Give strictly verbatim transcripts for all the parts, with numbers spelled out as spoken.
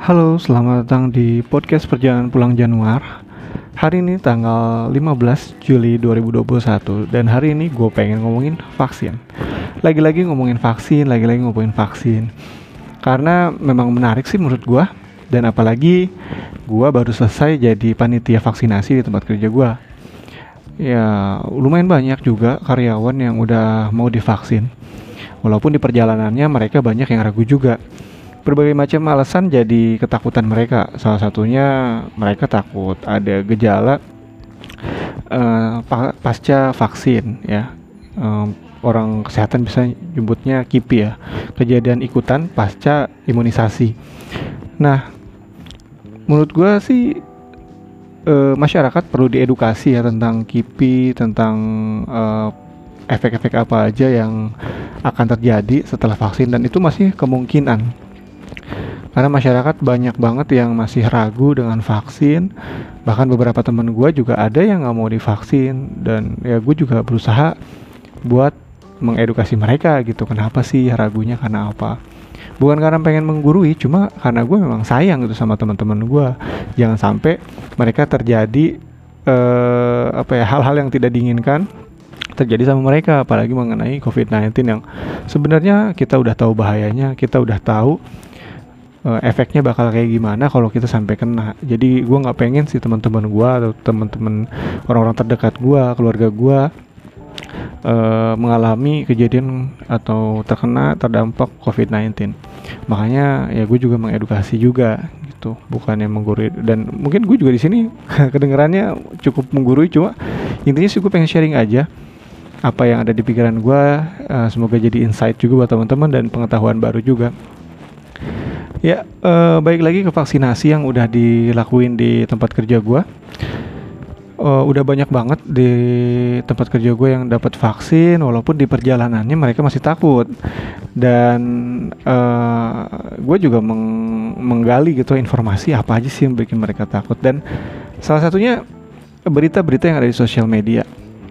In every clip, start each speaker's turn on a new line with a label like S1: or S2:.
S1: Halo, selamat datang di podcast Perjalanan Pulang Januar. Hari ini tanggal lima belas Juli dua ribu dua puluh satu. Dan hari ini gue pengen ngomongin vaksin. Lagi-lagi ngomongin vaksin, lagi-lagi ngomongin vaksin. Karena memang menarik sih menurut gue. Dan apalagi gue baru selesai jadi panitia vaksinasi di tempat kerja gue. Ya lumayan banyak juga karyawan yang udah mau divaksin. Walaupun di perjalanannya mereka banyak yang ragu juga. Berbagai macam alasan jadi ketakutan mereka. Salah satunya mereka takut ada gejala uh, pasca vaksin ya. Um, orang kesehatan bisa nyebutnya K I P I ya, kejadian ikutan pasca imunisasi. Nah, menurut gue sih uh, masyarakat perlu diedukasi ya tentang K I P I, tentang uh, efek-efek apa aja yang akan terjadi setelah vaksin, dan itu masih kemungkinan. Karena masyarakat banyak banget yang masih ragu dengan vaksin. Bahkan beberapa teman gue juga ada yang gak mau divaksin. Dan ya gue juga berusaha buat mengedukasi mereka gitu. Kenapa sih ragunya, karena apa. Bukan karena pengen menggurui, cuma karena gue memang sayang gitu sama teman-teman gue. Jangan sampai mereka terjadi eh, apa ya hal-hal yang tidak diinginkan terjadi sama mereka. Apalagi mengenai covid sembilan belas yang sebenarnya kita udah tahu bahayanya. Kita udah tahu efeknya bakal kayak gimana kalau kita sampai kena. Jadi gue nggak pengen sih teman-teman gue atau teman-teman orang-orang terdekat gue, keluarga gue uh, mengalami kejadian atau terkena terdampak covid sembilan belas. Makanya ya gue juga mengedukasi juga gitu, bukannya menggurui. Dan mungkin gue juga di sini kedengarannya cukup menggurui, cuma intinya sih gue pengen sharing aja apa yang ada di pikiran gue. Uh, semoga jadi insight juga buat teman-teman dan pengetahuan baru juga. Ya, eh, baik lagi ke vaksinasi yang udah dilakuin di tempat kerja gue. Uh, udah banyak banget di tempat kerja gue yang dapat vaksin, walaupun di perjalanannya mereka masih takut. Dan uh, gue juga meng- menggali gitu informasi apa aja sih yang bikin mereka takut. Dan salah satunya berita-berita yang ada di sosial media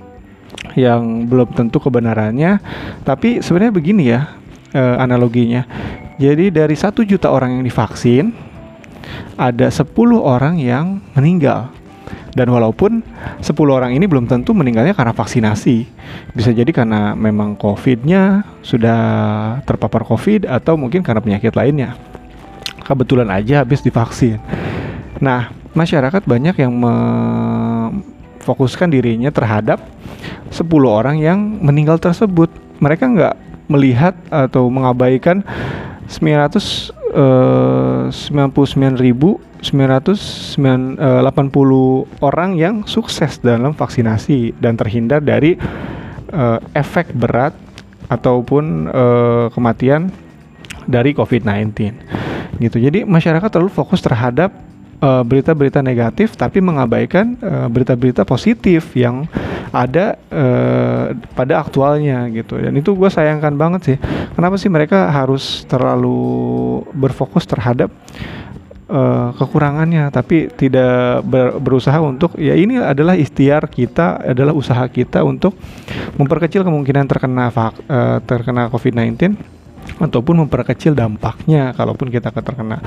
S1: yang belum tentu kebenarannya. Tapi sebenarnya begini ya uh, analoginya. Jadi dari satu juta orang yang divaksin, ada sepuluh orang yang meninggal. Dan walaupun sepuluh orang ini belum tentu meninggalnya karena vaksinasi. Bisa jadi karena memang COVID-nya sudah terpapar COVID, atau mungkin karena penyakit lainnya. Kebetulan aja habis divaksin. Nah, masyarakat banyak yang memfokuskan dirinya terhadap sepuluh orang yang meninggal tersebut. Mereka nggak melihat atau mengabaikan sembilan ratus sembilan puluh sembilan ribu sembilan ratus delapan puluh orang yang sukses dalam vaksinasi dan terhindar dari uh, efek berat ataupun uh, kematian dari covid sembilan belas gitu. Jadi masyarakat terlalu fokus terhadap uh, berita-berita negatif, tapi mengabaikan uh, berita-berita positif yang ada uh, pada aktualnya gitu. Dan itu gue sayangkan banget sih. Kenapa sih mereka harus terlalu berfokus terhadap uh, kekurangannya, tapi tidak ber- berusaha untuk, ya ini adalah ikhtiar kita, adalah usaha kita untuk memperkecil kemungkinan terkena vak- uh, terkena covid sembilan belas, ataupun memperkecil dampaknya kalaupun kita terkena.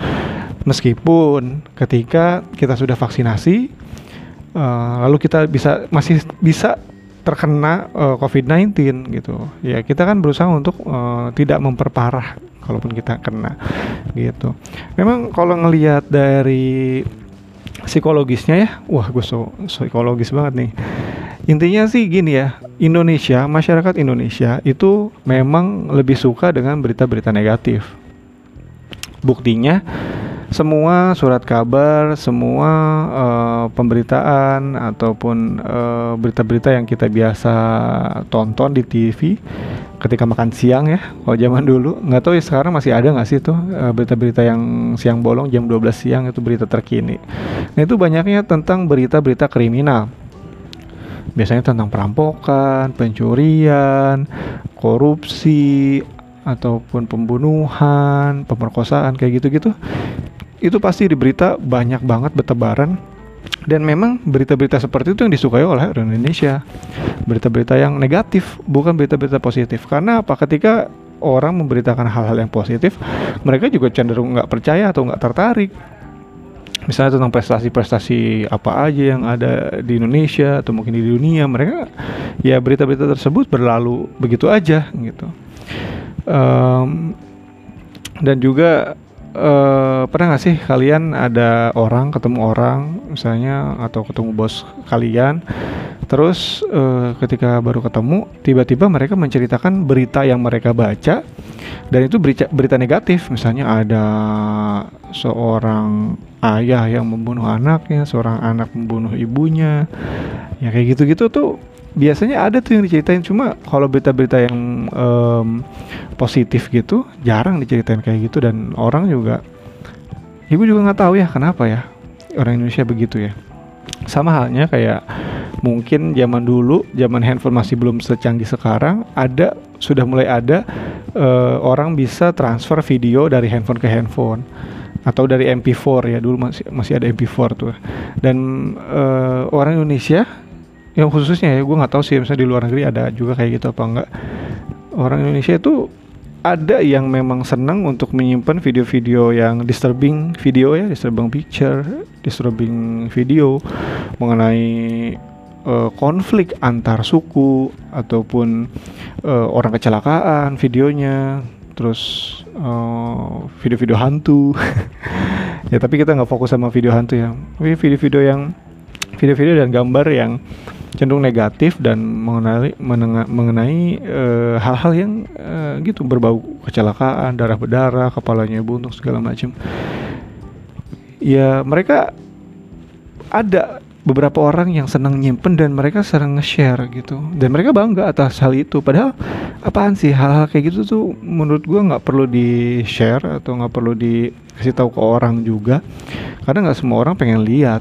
S1: Meskipun ketika kita sudah vaksinasi, Uh, lalu kita bisa masih bisa terkena uh, covid sembilan belas gitu. Ya kita kan berusaha untuk uh, tidak memperparah kalaupun kita kena gitu. Memang kalau ngelihat dari psikologisnya ya, wah gue so psikologis banget nih. Intinya sih gini ya, Indonesia, masyarakat Indonesia itu memang lebih suka dengan berita-berita negatif. Buktinya semua surat kabar, semua uh, pemberitaan ataupun uh, berita-berita yang kita biasa tonton di T V ketika makan siang ya, kalau zaman dulu, nggak tahu ya sekarang masih ada nggak sih tuh uh, berita-berita yang siang bolong jam dua belas siang, itu berita terkini. Nah itu banyaknya tentang berita-berita kriminal. Biasanya tentang perampokan, pencurian, korupsi, ataupun pembunuhan, pemerkosaan, kayak gitu-gitu. Itu pasti di berita banyak banget bertebaran. Dan memang berita-berita seperti itu yang disukai oleh orang Indonesia. Berita-berita yang negatif, bukan berita-berita positif. Karena apa? Ketika orang memberitakan hal-hal yang positif, mereka juga cenderung nggak percaya atau nggak tertarik. Misalnya tentang prestasi-prestasi apa aja yang ada di Indonesia atau mungkin di dunia, mereka ya berita-berita tersebut berlalu begitu aja gitu. Um, dan juga uh, pernah nggak sih kalian ada orang ketemu orang misalnya atau ketemu bos kalian, terus uh, ketika baru ketemu tiba-tiba mereka menceritakan berita yang mereka baca dan itu berita, berita negatif. Misalnya ada seorang ayah yang membunuh anaknya, seorang anak membunuh ibunya, ya kayak gitu-gitu tuh biasanya ada tuh yang diceritain. Cuma kalau berita-berita yang um, positif gitu jarang diceritain kayak gitu, dan orang juga, ibu juga nggak tahu ya kenapa ya orang Indonesia begitu ya. Sama halnya kayak mungkin zaman dulu, zaman handphone masih belum secanggih sekarang, ada sudah mulai ada uh, orang bisa transfer video dari handphone ke handphone atau dari M P four ya, dulu masih masih ada M P four tuh. Dan uh, orang Indonesia yang khususnya ya, gue nggak tahu sih misalnya di luar negeri ada juga kayak gitu apa enggak. Orang Indonesia itu ada yang memang senang untuk menyimpan video-video yang disturbing video ya, disturbing picture, disturbing video mengenai uh, konflik antar suku ataupun uh, orang kecelakaan videonya, terus uh, video-video hantu. Ya tapi kita nggak fokus sama video hantu ya, tapi video-video yang video-video dan gambar yang cenderung negatif dan mengenai menenga, mengenai uh, hal-hal yang uh, gitu berbau kecelakaan, darah berdarah, kepalanya buntung segala macam. Ya mereka ada beberapa orang yang senang nyimpen dan mereka sering nge-share gitu, dan mereka bangga atas hal itu. Padahal apaan sih hal-hal kayak gitu tuh menurut gue nggak perlu di-share atau nggak perlu dikasih tahu ke orang juga, karena nggak semua orang pengen lihat.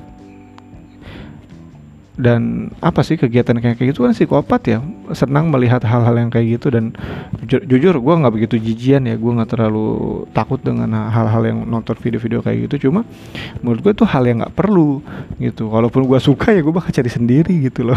S1: Dan apa sih kegiatan kayak gitu kan psikopat ya, senang melihat hal-hal yang kayak gitu. Dan jujur, jujur gue nggak begitu jijian ya, gue nggak terlalu takut dengan hal-hal yang nonton video-video kayak gitu. Cuma menurut gue itu hal yang nggak perlu gitu. Kalaupun gue suka ya gue bakal cari sendiri gitu loh.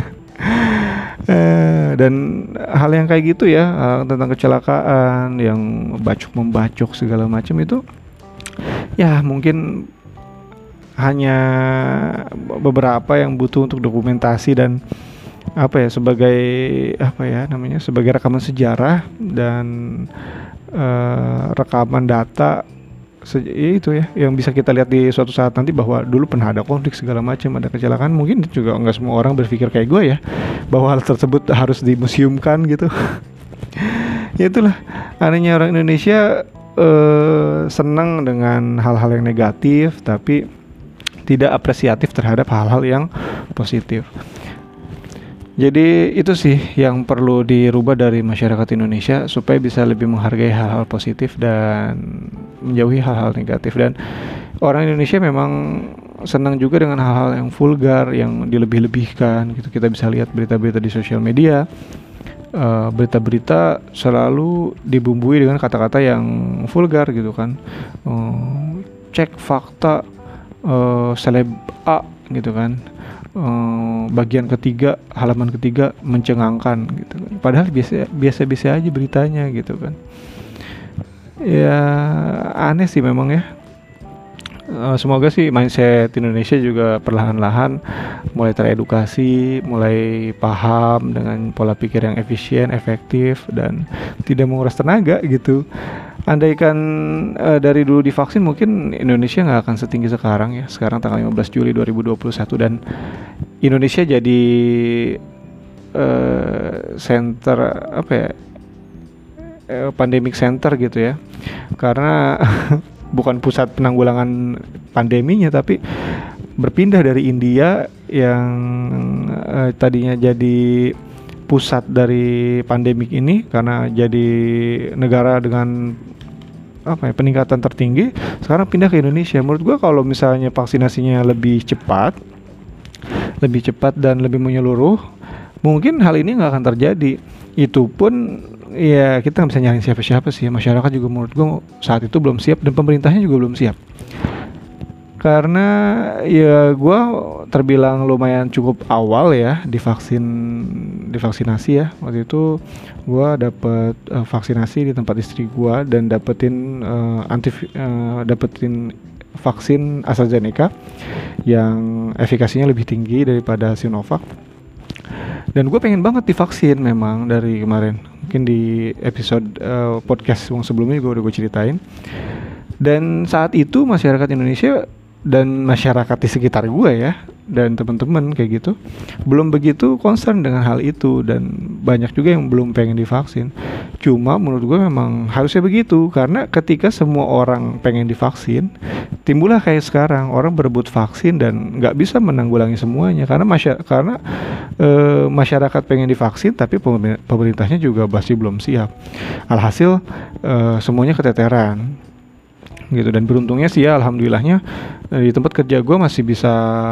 S1: eh, dan hal yang kayak gitu ya, tentang kecelakaan yang bacok membacok segala macam itu ya mungkin hanya beberapa yang butuh untuk dokumentasi dan apa ya, sebagai apa ya namanya, sebagai rekaman sejarah dan uh, rekaman data se- ya itu ya yang bisa kita lihat di suatu saat nanti bahwa dulu pernah ada konflik segala macam, ada kecelakaan. Mungkin juga nggak semua orang berpikir kayak gue ya, bahwa hal tersebut harus dimuseumkan gitu. Ya itulah anehnya orang Indonesia, uh, senang dengan hal-hal yang negatif tapi tidak apresiatif terhadap hal-hal yang positif. Jadi itu sih yang perlu dirubah dari masyarakat Indonesia supaya bisa lebih menghargai hal-hal positif dan menjauhi hal-hal negatif. Dan orang Indonesia memang senang juga dengan hal-hal yang vulgar, yang dilebih-lebihkan gitu. Kita bisa lihat berita-berita di sosial media, uh, berita-berita selalu dibumbui dengan kata-kata yang vulgar gitu kan. Uh, cek fakta Uh, seleb A gitu kan, uh, bagian ketiga halaman ketiga mencengangkan gitu kan. Padahal biasa biasa biasa aja beritanya gitu kan. Ya aneh sih memang ya. Uh, semoga sih mindset Indonesia juga perlahan-lahan mulai teredukasi, mulai paham dengan pola pikir yang efisien, efektif dan tidak menguras tenaga gitu. Andaikan uh, dari dulu divaksin mungkin Indonesia nggak akan setinggi sekarang ya. Sekarang tanggal lima belas Juli dua ribu dua puluh satu dan Indonesia jadi uh, center apa ya, uh, pandemic center gitu ya. Karena bukan pusat penanggulangan pandeminya, tapi berpindah dari India yang uh, tadinya jadi pusat dari pandemik ini karena jadi negara dengan apa ya, peningkatan tertinggi, sekarang pindah ke Indonesia. Menurut gua kalau misalnya vaksinasinya lebih cepat, lebih cepat dan lebih menyeluruh, mungkin hal ini nggak akan terjadi. Itu pun ya kita nggak bisa nyalain siapa-siapa sih. Masyarakat juga menurut gua saat itu belum siap dan pemerintahnya juga belum siap. Karena ya gue terbilang lumayan cukup awal ya divaksin divaksinasi ya. Waktu itu gue dapet uh, vaksinasi di tempat istri gue dan dapetin uh, anti uh, dapetin vaksin AstraZeneca yang efikasinya lebih tinggi daripada Sinovac. Dan gue pengen banget divaksin memang dari kemarin. Mungkin di episode uh, podcast yang sebelumnya gue udah gue ceritain. Dan saat itu masyarakat Indonesia dan masyarakat di sekitar gue ya, dan teman-teman kayak gitu, belum begitu concern dengan hal itu, dan banyak juga yang belum pengen divaksin. Cuma menurut gue memang harusnya begitu, karena ketika semua orang pengen divaksin, timbullah kayak sekarang orang berebut vaksin dan nggak bisa menanggulangi semuanya, karena masya- karena e, masyarakat pengen divaksin tapi pemerintahnya juga masih belum siap. Alhasil e, semuanya keteteran gitu. Dan beruntungnya sih ya, alhamdulillahnya di tempat kerja gue masih bisa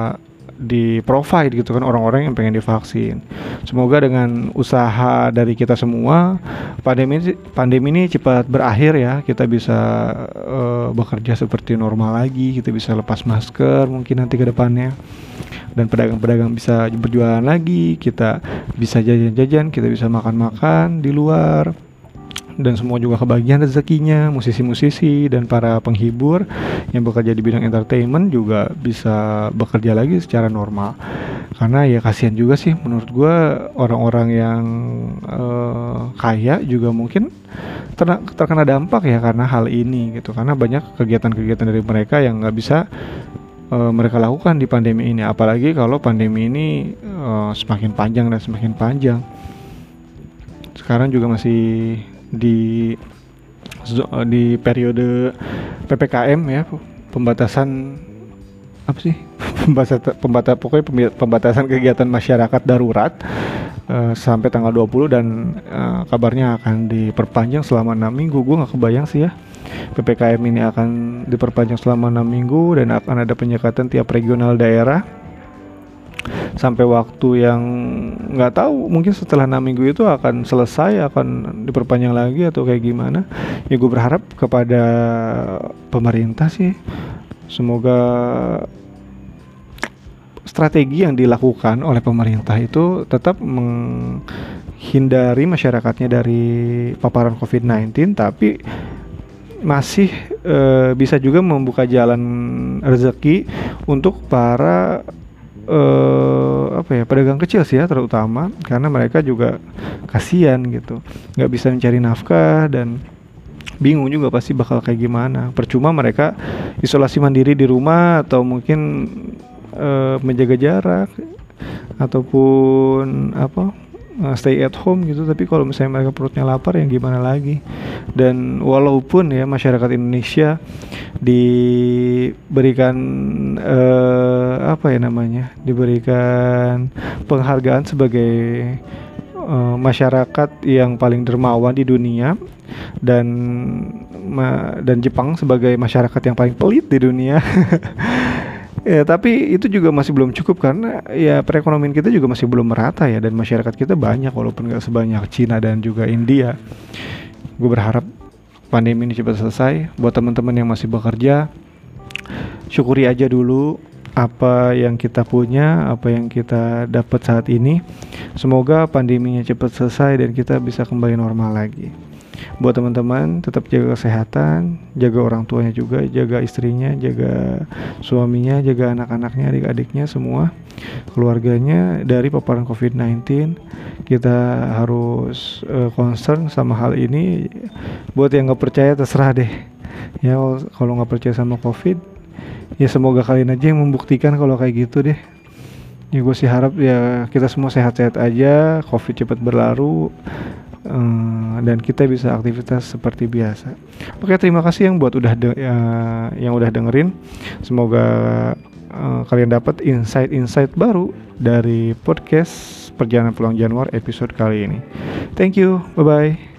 S1: di provide gitu kan orang-orang yang pengen divaksin. Semoga dengan usaha dari kita semua pandemi pandemi ini cepat berakhir ya, kita bisa uh, bekerja seperti normal lagi, kita bisa lepas masker mungkin nanti ke depannya, dan pedagang-pedagang bisa berjualan lagi, kita bisa jajan-jajan, kita bisa makan-makan di luar, dan semua juga kebagian rezekinya. Musisi-musisi dan para penghibur yang bekerja di bidang entertainment juga bisa bekerja lagi secara normal. Karena ya kasihan juga sih menurut gue orang-orang yang uh, kaya juga mungkin terna, terkena dampak ya karena hal ini gitu. Karena banyak kegiatan-kegiatan dari mereka yang nggak bisa uh, mereka lakukan di pandemi ini. Apalagi kalau pandemi ini uh, semakin panjang dan semakin panjang. Sekarang juga masih di di periode P P K M ya, pembatasan apa sih pembatasan pembatas pokoknya pembatasan kegiatan masyarakat darurat uh, sampai tanggal dua puluh, dan uh, kabarnya akan diperpanjang selama enam minggu. Gue nggak kebayang sih ya P P K M ini akan diperpanjang selama enam minggu, dan akan ada penyekatan tiap regional daerah sampai waktu yang nggak tahu, mungkin setelah enam minggu itu akan selesai, akan diperpanjang lagi atau kayak gimana ya. Gue berharap kepada pemerintah sih, semoga strategi yang dilakukan oleh pemerintah itu tetap menghindari masyarakatnya dari paparan covid sembilan belas, tapi masih e, bisa juga membuka jalan rezeki untuk para Uh, apa ya pedagang kecil sih ya, terutama karena mereka juga kasihan gitu, nggak bisa mencari nafkah dan bingung juga pasti bakal kayak gimana. Percuma mereka isolasi mandiri di rumah atau mungkin uh, menjaga jarak ataupun apa uh, stay at home gitu, tapi kalau misalnya mereka perutnya lapar yang gimana lagi. Dan walaupun ya masyarakat Indonesia diberikan eh, apa ya namanya diberikan penghargaan sebagai eh, masyarakat yang paling dermawan di dunia, dan ma, dan Jepang sebagai masyarakat yang paling pelit di dunia. Ya, tapi itu juga masih belum cukup karena ya perekonomian kita juga masih belum merata ya, dan masyarakat kita banyak walaupun gak sebanyak Cina dan juga India. Gue berharap pandemi ini cepat selesai. Buat teman-teman yang masih bekerja, syukuri aja dulu apa yang kita punya, apa yang kita dapat saat ini. Semoga pandeminya cepat selesai dan kita bisa kembali normal lagi. Buat teman-teman, tetap jaga kesehatan, jaga orang tuanya juga, jaga istrinya, jaga suaminya, jaga anak-anaknya, adik-adiknya, semua keluarganya dari paparan covid sembilan belas. Kita harus uh, concern sama hal ini. Buat yang gak percaya terserah deh ya, kalau gak percaya sama covid ya semoga kalian aja yang membuktikan kalau kayak gitu deh. Ya gue sih harap ya kita semua sehat-sehat aja, covid cepat berlalu, Um, dan kita bisa aktivitas seperti biasa. Oke, terima kasih yang buat udah de- uh, yang udah dengerin. Semoga uh, kalian dapat insight-insight baru dari podcast Perjalanan Pulang Januar episode kali ini. Thank you, bye bye.